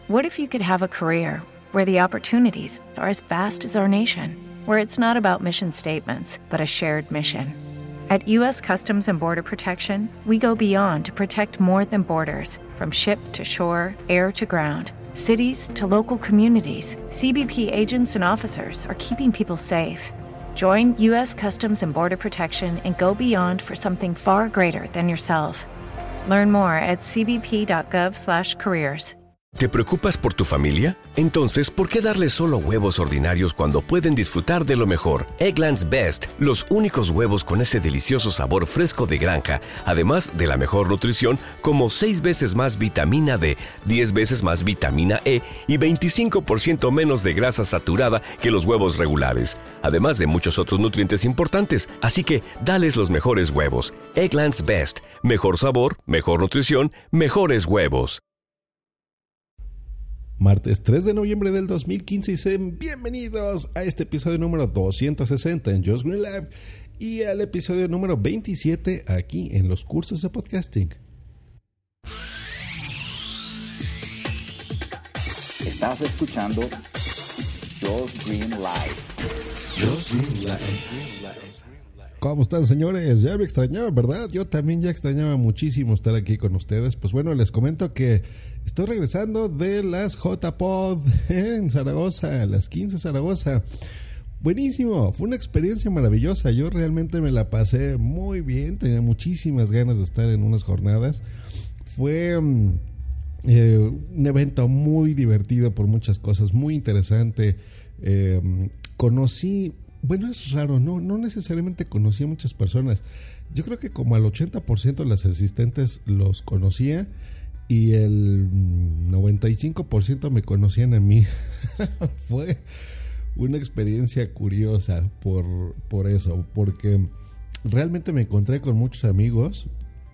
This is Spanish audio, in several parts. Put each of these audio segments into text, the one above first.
What if you could have a career where the opportunities are as vast as our nation, where it's not about mission statements, but a shared mission? At U.S. Customs and Border Protection, we go beyond to protect more than borders. From ship to shore, air to ground, cities to local communities, CBP agents and officers are keeping people safe. Join U.S. Customs and Border Protection and go beyond for something far greater than yourself. Learn more at cbp.gov/careers. ¿Te preocupas por tu familia? Entonces, ¿por qué darles solo huevos ordinarios cuando pueden disfrutar de lo mejor? Eggland's Best, los únicos huevos con ese delicioso sabor fresco de granja, además de la mejor nutrición, como 6 veces más vitamina D, 10 veces más vitamina E y 25% menos de grasa saturada que los huevos regulares, además de muchos otros nutrientes importantes. Así que, dales los mejores huevos. Eggland's Best, mejor sabor, mejor nutrición, mejores huevos. Martes 3 de noviembre del 2015 y sean bienvenidos a este episodio número 260 en Just Green Live y al episodio número 27 aquí en los cursos de podcasting. Estás escuchando Just Green Live. Just Green Live. ¿Cómo están, señores? Ya me extrañaba, ¿verdad? Yo también ya extrañaba muchísimo estar aquí con ustedes. Pues bueno, les comento que estoy regresando de las JPod en Zaragoza, las 15 Zaragoza. Buenísimo, fue una experiencia maravillosa. Yo realmente me la pasé muy bien, tenía muchísimas ganas de estar en unas jornadas. Fue un evento muy divertido por muchas cosas, muy interesante. Conocí... Bueno, es raro, no necesariamente conocí a muchas personas. Yo creo que como al 80% de las asistentes los conocía y el 95% me conocían a mí. Fue una experiencia curiosa por eso, porque realmente me encontré con muchos amigos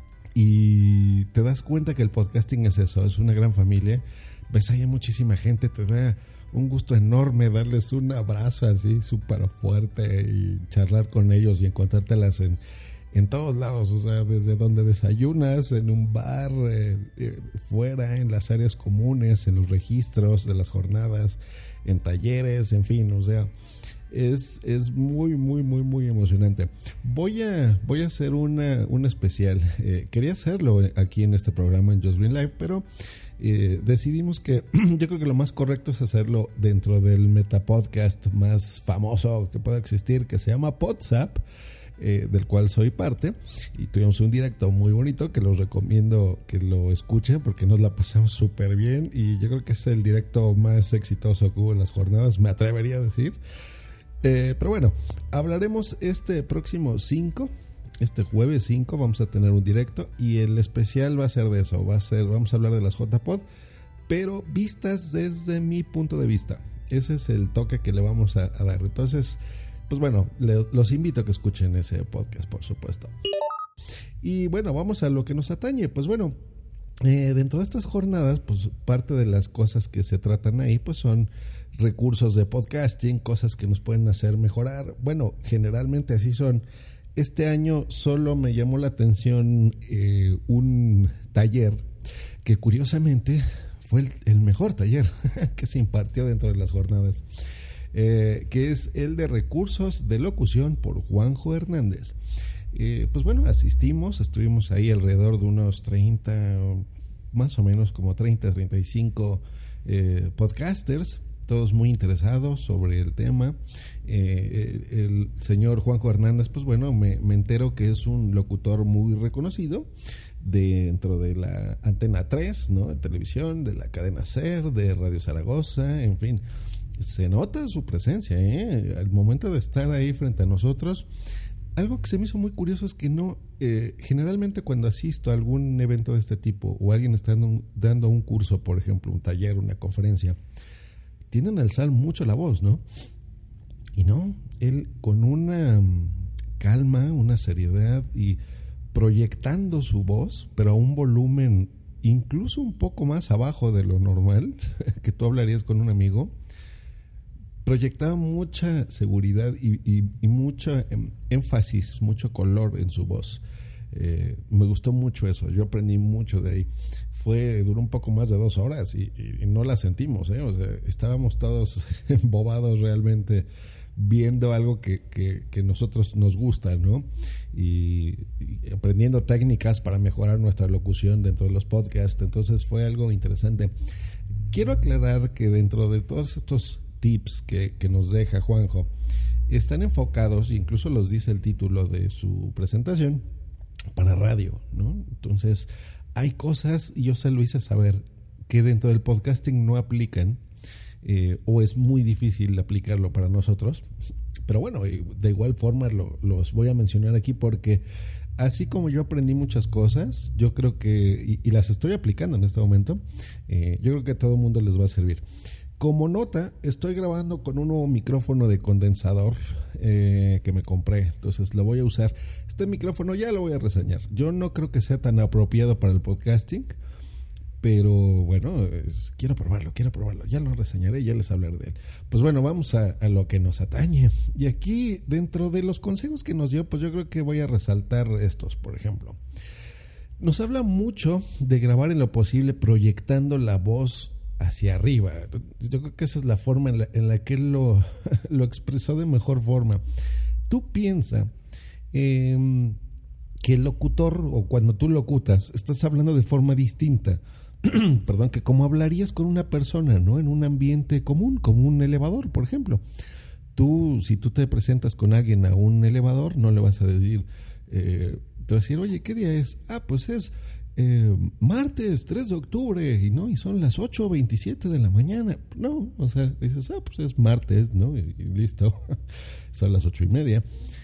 y te das cuenta que el podcasting es eso, es una gran familia. Ves ahí a muchísima gente, te da un gusto enorme darles un abrazo así súper fuerte y charlar con ellos y encontrártelas en todos lados, o sea, desde donde desayunas, en un bar, fuera, en las áreas comunes, en los registros de las jornadas, en talleres, en fin, o sea, es muy, muy, muy, muy emocionante. Voy a hacer un especial. Quería hacerlo aquí en este programa en Just Green Live, pero decidimos que yo creo que lo más correcto es hacerlo dentro del metapodcast más famoso que pueda existir, que se llama Podzap, del cual soy parte, y tuvimos un directo muy bonito que los recomiendo que lo escuchen porque nos la pasamos súper bien y yo creo que es el directo más exitoso que hubo en las jornadas, me atrevería a decir. Pero bueno, hablaremos este próximo 5. Este jueves 5 vamos a tener un directo y el especial va a ser de eso, vamos a hablar de las JPod, pero vistas desde mi punto de vista. Ese es el toque que le vamos a dar. Entonces, pues bueno, los invito a que escuchen ese podcast, por supuesto. Y bueno, vamos a lo que nos atañe. Pues bueno, dentro de estas jornadas, pues parte de las cosas que se tratan ahí, pues son recursos de podcasting, cosas que nos pueden hacer mejorar. Bueno, generalmente así son. Este año solo me llamó la atención un taller que curiosamente fue el mejor taller que se impartió dentro de las jornadas, que es el de recursos de locución por Juanjo Hernández. Pues bueno, estuvimos ahí alrededor de unos 30, más o menos como 35 podcasters, todos muy interesados sobre el tema. El señor Juanjo Hernández, pues bueno, me entero que es un locutor muy reconocido dentro de la Antena 3, ¿no? De televisión, de la cadena SER, de Radio Zaragoza, en fin. Se nota su presencia, al momento de estar ahí frente a nosotros. Algo que se me hizo muy curioso es que no, generalmente cuando asisto a algún evento de este tipo o alguien está dando un curso, por ejemplo, un taller, una conferencia, tienden a alzar mucho la voz, ¿no? Y no, él con una calma, una seriedad y proyectando su voz, pero a un volumen incluso un poco más abajo de lo normal que tú hablarías con un amigo, proyectaba mucha seguridad y mucho énfasis, mucho color en su voz. Me gustó mucho eso, yo aprendí mucho de ahí. duró un poco más de 2 horas y no la sentimos, ¿eh? O sea, estábamos todos embobados realmente viendo algo que nosotros nos gusta, ¿no? Y aprendiendo técnicas para mejorar nuestra locución dentro de los podcasts. Entonces fue algo interesante. Quiero aclarar que dentro de todos estos tips que nos deja Juanjo, están enfocados, incluso los dice el título de su presentación, para radio, ¿no? Entonces hay cosas, y yo se lo hice saber, que dentro del podcasting no aplican, o es muy difícil aplicarlo para nosotros. Pero bueno, de igual forma los voy a mencionar aquí porque así como yo aprendí muchas cosas, yo creo que, y las estoy aplicando en este momento, yo creo que a todo el mundo les va a servir. Como nota, estoy grabando con un nuevo micrófono de condensador que me compré, entonces lo voy a usar. Este micrófono ya lo voy a reseñar. Yo no creo que sea tan apropiado para el podcasting, pero bueno, quiero probarlo, ya lo reseñaré, ya les hablaré de él. Pues bueno, vamos a lo que nos atañe. Y aquí, dentro de los consejos que nos dio, pues yo creo que voy a resaltar estos, por ejemplo. Nos habla mucho de grabar en lo posible proyectando la voz hacia arriba. Yo creo que esa es la forma en la que él lo expresó de mejor forma. Tú piensa que el locutor, o cuando tú locutas, estás hablando de forma distinta. Perdón, que como hablarías con una persona, ¿no? En un ambiente común, como un elevador, por ejemplo. Si tú te presentas con alguien a un elevador, no le vas a decir, te vas a decir, oye, ¿qué día es? Pues es martes 3 de octubre, y son las 8:27 de la mañana. No, o sea, dices, pues es martes, ¿no? Y listo, son las 8:30.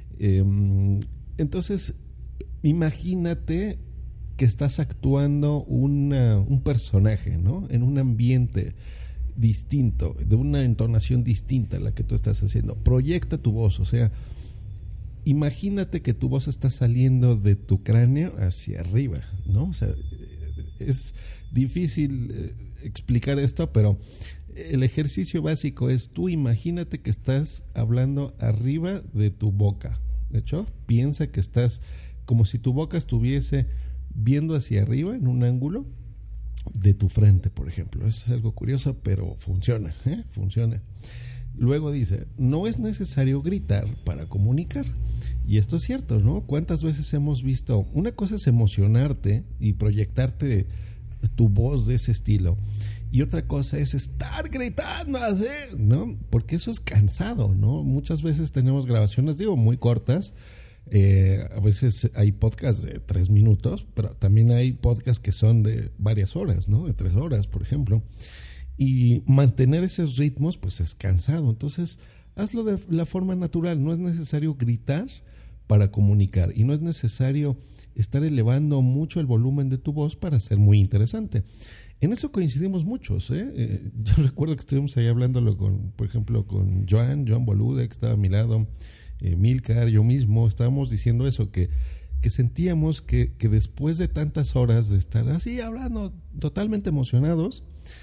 Entonces, imagínate que estás actuando un personaje, ¿no? En un ambiente distinto, de una entonación distinta a la que tú estás haciendo. Proyecta tu voz, o sea, imagínate que tu voz está saliendo de tu cráneo hacia arriba, ¿no? O sea, es difícil explicar esto, pero el ejercicio básico es, tú imagínate que estás hablando arriba de tu boca. De hecho, piensa que estás como si tu boca estuviese viendo hacia arriba en un ángulo de tu frente, por ejemplo. Eso es algo curioso, pero funciona, funciona. Luego dice, no es necesario gritar para comunicar. Y esto es cierto, ¿no? ¿Cuántas veces hemos visto? Una cosa es emocionarte y proyectarte tu voz de ese estilo, y otra cosa es estar gritando así, ¿no? Porque eso es cansado, ¿no? Muchas veces tenemos grabaciones, muy cortas. A veces hay podcasts de 3 minutos, pero también hay podcasts que son de varias horas, ¿no? De 3 horas, por ejemplo. Y mantener esos ritmos, pues es cansado. Entonces, hazlo de la forma natural. No es necesario gritar para comunicar, y no es necesario estar elevando mucho el volumen de tu voz para ser muy interesante. En eso coincidimos muchos, ¿eh? Yo recuerdo que estuvimos ahí hablándolo por ejemplo, con Joan Boluda, que estaba a mi lado, Milcar, yo mismo, estábamos diciendo eso, que sentíamos que después de tantas horas de estar así hablando totalmente emocionados,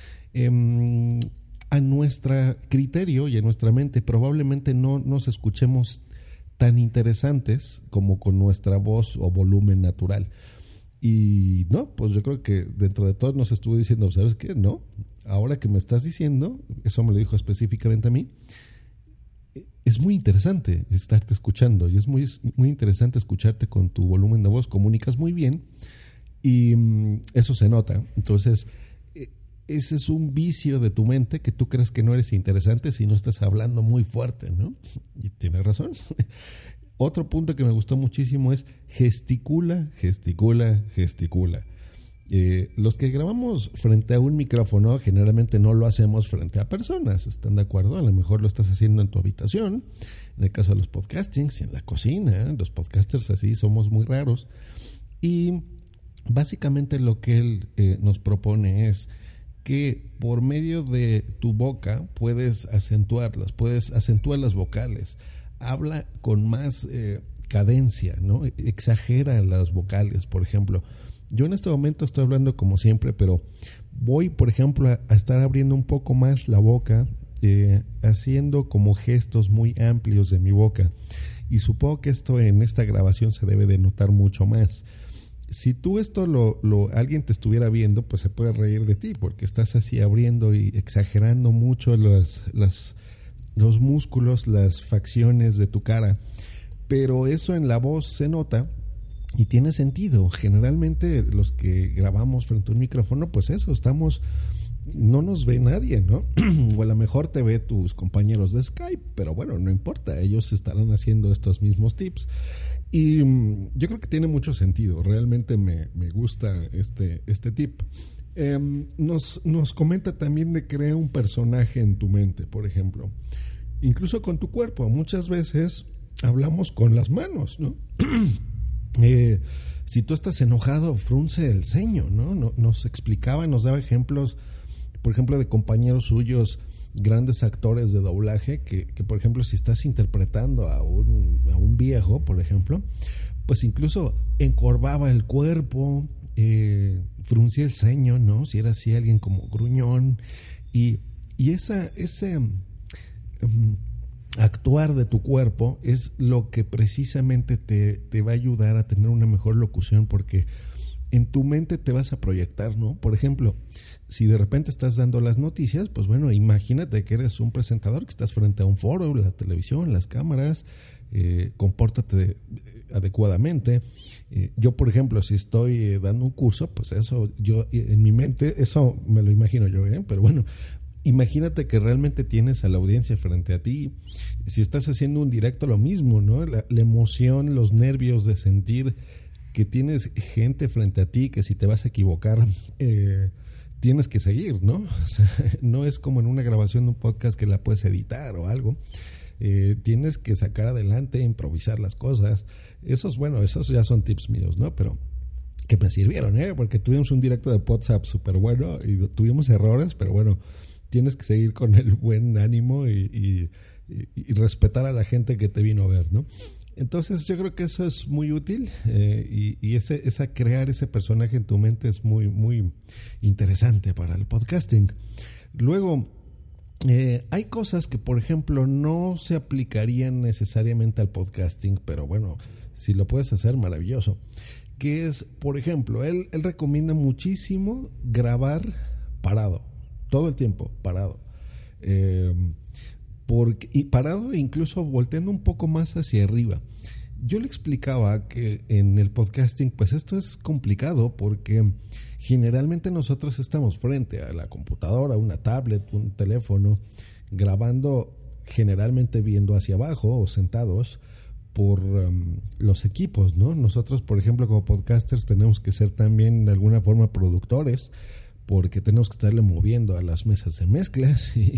a nuestro criterio y a nuestra mente probablemente no nos escuchemos tan interesantes como con nuestra voz o volumen natural. Y no, pues yo creo que dentro de todo nos estuvo diciendo, ¿sabes qué? No, ahora que me estás diciendo, eso me lo dijo específicamente a mí, es muy interesante estarte escuchando, y es muy, muy interesante escucharte con tu volumen de voz. Comunicas muy bien y eso se nota. Entonces, ese es un vicio de tu mente, que tú crees que no eres interesante si no estás hablando muy fuerte, ¿no? Y tienes razón. Otro punto que me gustó muchísimo es gesticula. Los que grabamos frente a un micrófono generalmente no lo hacemos frente a personas, ¿están de acuerdo? A lo mejor lo estás haciendo en tu habitación, en el caso de los podcastings, en la cocina. Los podcasters así somos muy raros. Y básicamente lo que él nos propone es que por medio de tu boca puedes acentuar las vocales. Habla con más cadencia, ¿no? Exagera las vocales, por ejemplo. Yo en este momento estoy hablando como siempre, pero voy, por ejemplo, a estar abriendo un poco más la boca, haciendo como gestos muy amplios de mi boca. Y supongo que esto en esta grabación se debe de notar mucho más. Si tú esto alguien te estuviera viendo, pues se puede reír de ti, porque estás así abriendo y exagerando mucho los músculos, las facciones de tu cara. Pero eso en la voz se nota y tiene sentido. Generalmente los que grabamos frente a un micrófono, pues eso, no nos ve nadie, ¿no? O a lo mejor te ve tus compañeros de Skype, pero bueno, no importa, ellos estarán haciendo estos mismos tips. Y yo creo que tiene mucho sentido, realmente me gusta este tip. Nos comenta también de crear un personaje en tu mente, por ejemplo. Incluso con tu cuerpo, muchas veces hablamos con las manos, ¿no? Si tú estás enojado, frunce el ceño, ¿no? Nos explicaba, nos daba ejemplos, por ejemplo, de compañeros suyos, grandes actores de doblaje, que por ejemplo, si estás interpretando a un viejo, por ejemplo, pues incluso encorvaba el cuerpo, fruncía el ceño, ¿no? Si era así alguien como gruñón, y ese actuar de tu cuerpo es lo que precisamente te va a ayudar a tener una mejor locución, porque en tu mente te vas a proyectar, ¿no? Por ejemplo, si de repente estás dando las noticias, pues bueno, imagínate que eres un presentador, que estás frente a un foro, la televisión, las cámaras, compórtate adecuadamente. Yo, por ejemplo, si estoy dando un curso, pues eso, yo en mi mente, eso me lo imagino yo, pero bueno, imagínate que realmente tienes a la audiencia frente a ti. Si estás haciendo un directo, lo mismo, ¿no? La emoción, los nervios de sentir que tienes gente frente a ti, que si te vas a equivocar, tienes que seguir, ¿no? O sea, no es como en una grabación de un podcast que la puedes editar o algo. Tienes que sacar adelante, improvisar las cosas. Esos ya son tips míos, ¿no? Pero que me sirvieron, porque tuvimos un directo de WhatsApp súper bueno y tuvimos errores, pero bueno, tienes que seguir con el buen ánimo y respetar a la gente que te vino a ver, ¿no? Entonces yo creo que eso es muy útil, y crear ese personaje en tu mente es muy, muy interesante para el podcasting. Luego, hay cosas que, por ejemplo, no se aplicarían necesariamente al podcasting, pero bueno, si lo puedes hacer, maravilloso. Que es, por ejemplo, él recomienda muchísimo grabar parado, todo el tiempo parado. Y parado, incluso volteando un poco más hacia arriba. Yo le explicaba que en el podcasting, pues esto es complicado, porque generalmente nosotros estamos frente a la computadora, una tablet, un teléfono, grabando, generalmente viendo hacia abajo o sentados por los equipos, ¿no? Nosotros, por ejemplo, como podcasters tenemos que ser también de alguna forma productores, porque tenemos que estarle moviendo a las mesas de mezclas y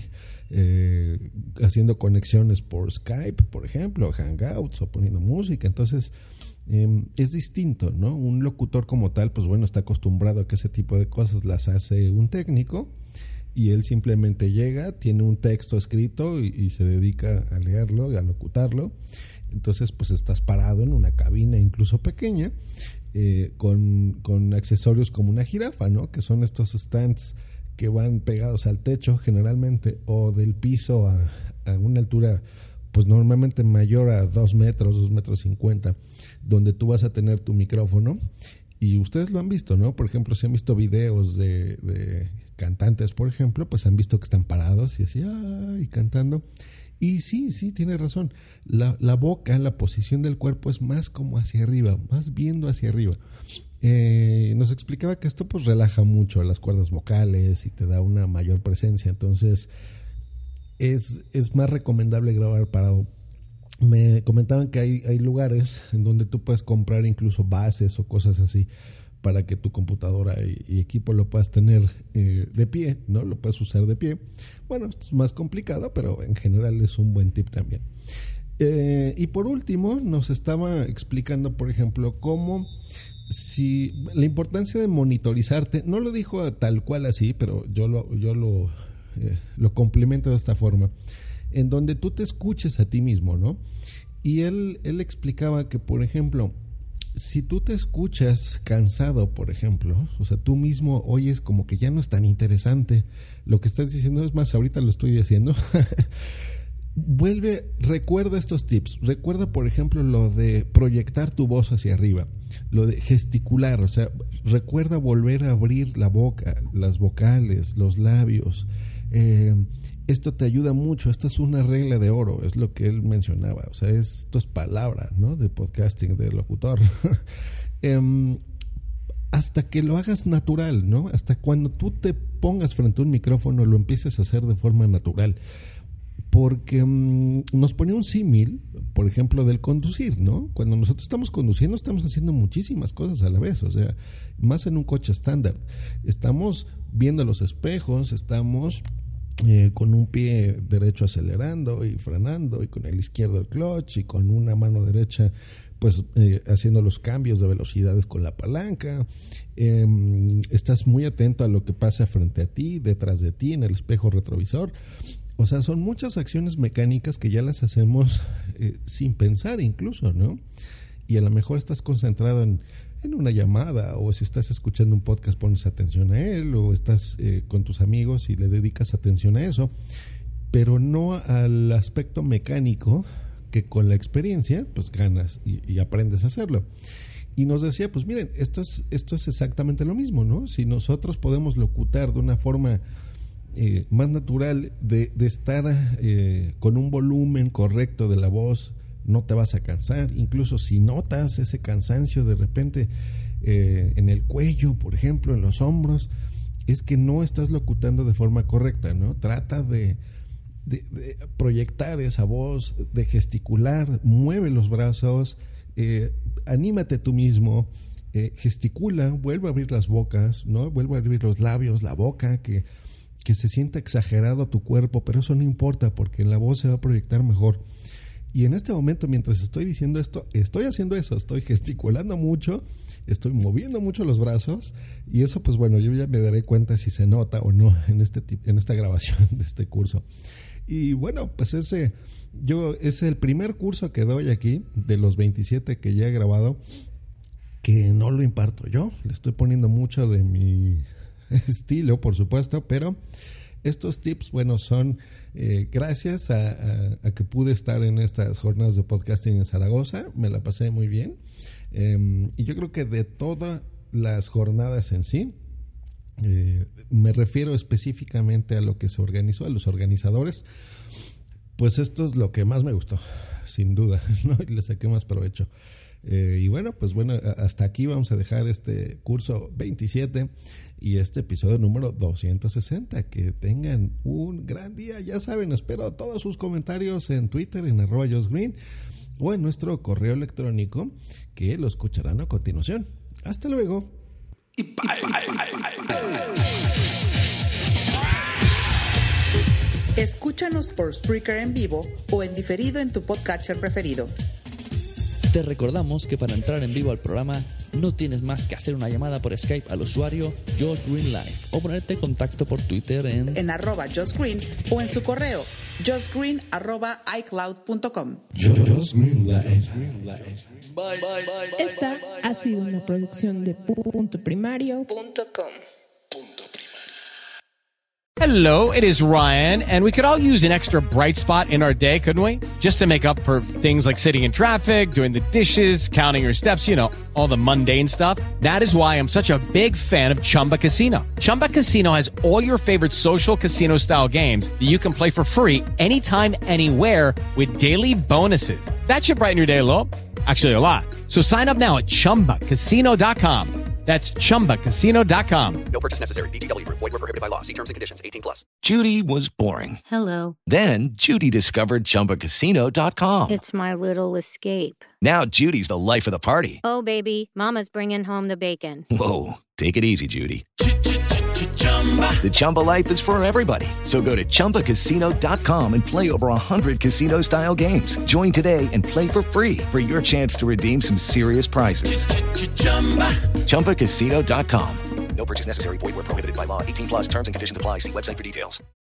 haciendo conexiones por Skype, por ejemplo, Hangouts, o poniendo música. Entonces es distinto, ¿no? Un locutor como tal, pues bueno, está acostumbrado a que ese tipo de cosas las hace un técnico, y él simplemente llega, tiene un texto escrito y se dedica a leerlo y a locutarlo. Entonces pues estás parado en una cabina incluso pequeña, con accesorios como una jirafa, ¿no? Que son estos stands que van pegados al techo generalmente, o del piso a una altura pues normalmente mayor a 2 metros, 2,50 metros, donde tú vas a tener tu micrófono. Y ustedes lo han visto, ¿no? Por ejemplo, si han visto videos de cantantes, por ejemplo, pues han visto que están parados y así, y cantando. Y sí, tiene razón. La boca, la posición del cuerpo es más como hacia arriba, más viendo hacia arriba. Nos explicaba que esto pues relaja mucho las cuerdas vocales y te da una mayor presencia. Entonces es más recomendable grabar parado. Me comentaban que hay lugares en donde tú puedes comprar incluso bases o cosas así para que tu computadora y equipo lo puedas tener de pie, ¿no? Lo puedes usar de pie. Bueno, esto es más complicado, pero en general es un buen tip también. Y por último, nos estaba explicando, por ejemplo, cómo la importancia de monitorizarte. No lo dijo tal cual así, pero yo lo complemento de esta forma, en donde tú te escuches a ti mismo, ¿no? Y él explicaba que, por ejemplo, si tú te escuchas cansado, por ejemplo, o sea, tú mismo oyes como que ya no es tan interesante lo que estás diciendo. Es más, ahorita lo estoy diciendo. recuerda estos tips. Recuerda, por ejemplo, lo de proyectar tu voz hacia arriba, lo de gesticular, o sea, recuerda volver a abrir la boca, las vocales, los labios. Esto te ayuda mucho. Esta es una regla de oro, es lo que él mencionaba. O sea, esto es palabra, ¿no? De podcasting, de locutor. Hasta que lo hagas natural, ¿no? Hasta cuando tú te pongas frente a un micrófono lo empieces a hacer de forma natural. Porque nos ponía un símil, por ejemplo, del conducir, ¿no? Cuando nosotros estamos conduciendo, estamos haciendo muchísimas cosas a la vez, o sea, más en un coche estándar. Estamos viendo los espejos, estamos con un pie derecho acelerando y frenando, y con el izquierdo el clutch, y con una mano derecha pues haciendo los cambios de velocidades con la palanca. Estás muy atento a lo que pasa frente a ti, detrás de ti, en el espejo retrovisor. O sea, son muchas acciones mecánicas que ya las hacemos sin pensar incluso, ¿no? Y a lo mejor estás concentrado en una llamada, o si estás escuchando un podcast pones atención a él, o estás con tus amigos y le dedicas atención a eso, pero no al aspecto mecánico que con la experiencia pues ganas y aprendes a hacerlo. Y nos decía, pues miren, esto es exactamente lo mismo, ¿no? Si nosotros podemos locutar de una forma más natural, de estar con un volumen correcto de la voz, no te vas a cansar. Incluso si notas ese cansancio de repente en el cuello, por ejemplo, en los hombros, es que no estás locutando de forma correcta, ¿no? Trata de proyectar esa voz, de gesticular, mueve los brazos, anímate tú mismo, gesticula, vuelve a abrir las bocas, ¿no? Vuelve a abrir los labios, la boca, que se sienta exagerado tu cuerpo, pero eso no importa porque en la voz se va a proyectar mejor. Y en este momento, mientras estoy diciendo esto, estoy haciendo eso, estoy gesticulando mucho, estoy moviendo mucho los brazos, y eso pues bueno, yo ya me daré cuenta si se nota o no en esta grabación de este curso. Y bueno, pues ese es el primer curso que doy aquí, de los 27 que ya he grabado, que no lo imparto yo, le estoy poniendo mucho de mi estilo, por supuesto, pero estos tips, bueno, son gracias a que pude estar en estas jornadas de podcasting en Zaragoza. Me la pasé muy bien, y yo creo que de todas las jornadas en sí, me refiero específicamente a lo que se organizó, a los organizadores, pues esto es lo que más me gustó, sin duda, ¿no? Y le saqué más provecho. Y bueno, pues bueno, hasta aquí vamos a dejar este curso 27 y este episodio número 260. Que tengan un gran día. Ya saben, espero todos sus comentarios en Twitter, en @JoshGreen, o en nuestro correo electrónico, que lo escucharán a continuación. Hasta luego. Y bye. Escúchanos por Spreaker en vivo o en diferido en tu podcatcher preferido. Te recordamos que para entrar en vivo al programa no tienes más que hacer una llamada por Skype al usuario Josh Green Live o ponerte en contacto por Twitter en @JoshGreen o en su correo joshgreen@icloud.com. Esta ha sido una producción de puntoprimario.com. Hello, it is Ryan, and we could all use an extra bright spot in our day, couldn't we? Just to make up for things like sitting in traffic, doing the dishes, counting your steps, you know, all the mundane stuff. That is why I'm such a big fan of Chumba Casino. Chumba Casino has all your favorite social casino-style games that you can play for free anytime, anywhere with daily bonuses. That should brighten your day a little. Actually, a lot. So sign up now at ChumbaCasino.com. That's ChumbaCasino.com. No purchase necessary. VGW Group. Void where prohibited by law. See terms and conditions. 18+. Judy was boring. Hello. Then Judy discovered ChumbaCasino.com. It's my little escape. Now Judy's the life of the party. Oh, baby, mama's bringing home the bacon. Whoa, take it easy, Judy. The Chumba life is for everybody. So go to ChumbaCasino.com and play over 100 casino-style games. Join today and play for free for your chance to redeem some serious prizes. ChumbaCasino.com. No purchase necessary. Void where prohibited by law. 18+. Terms and conditions apply. See website for details.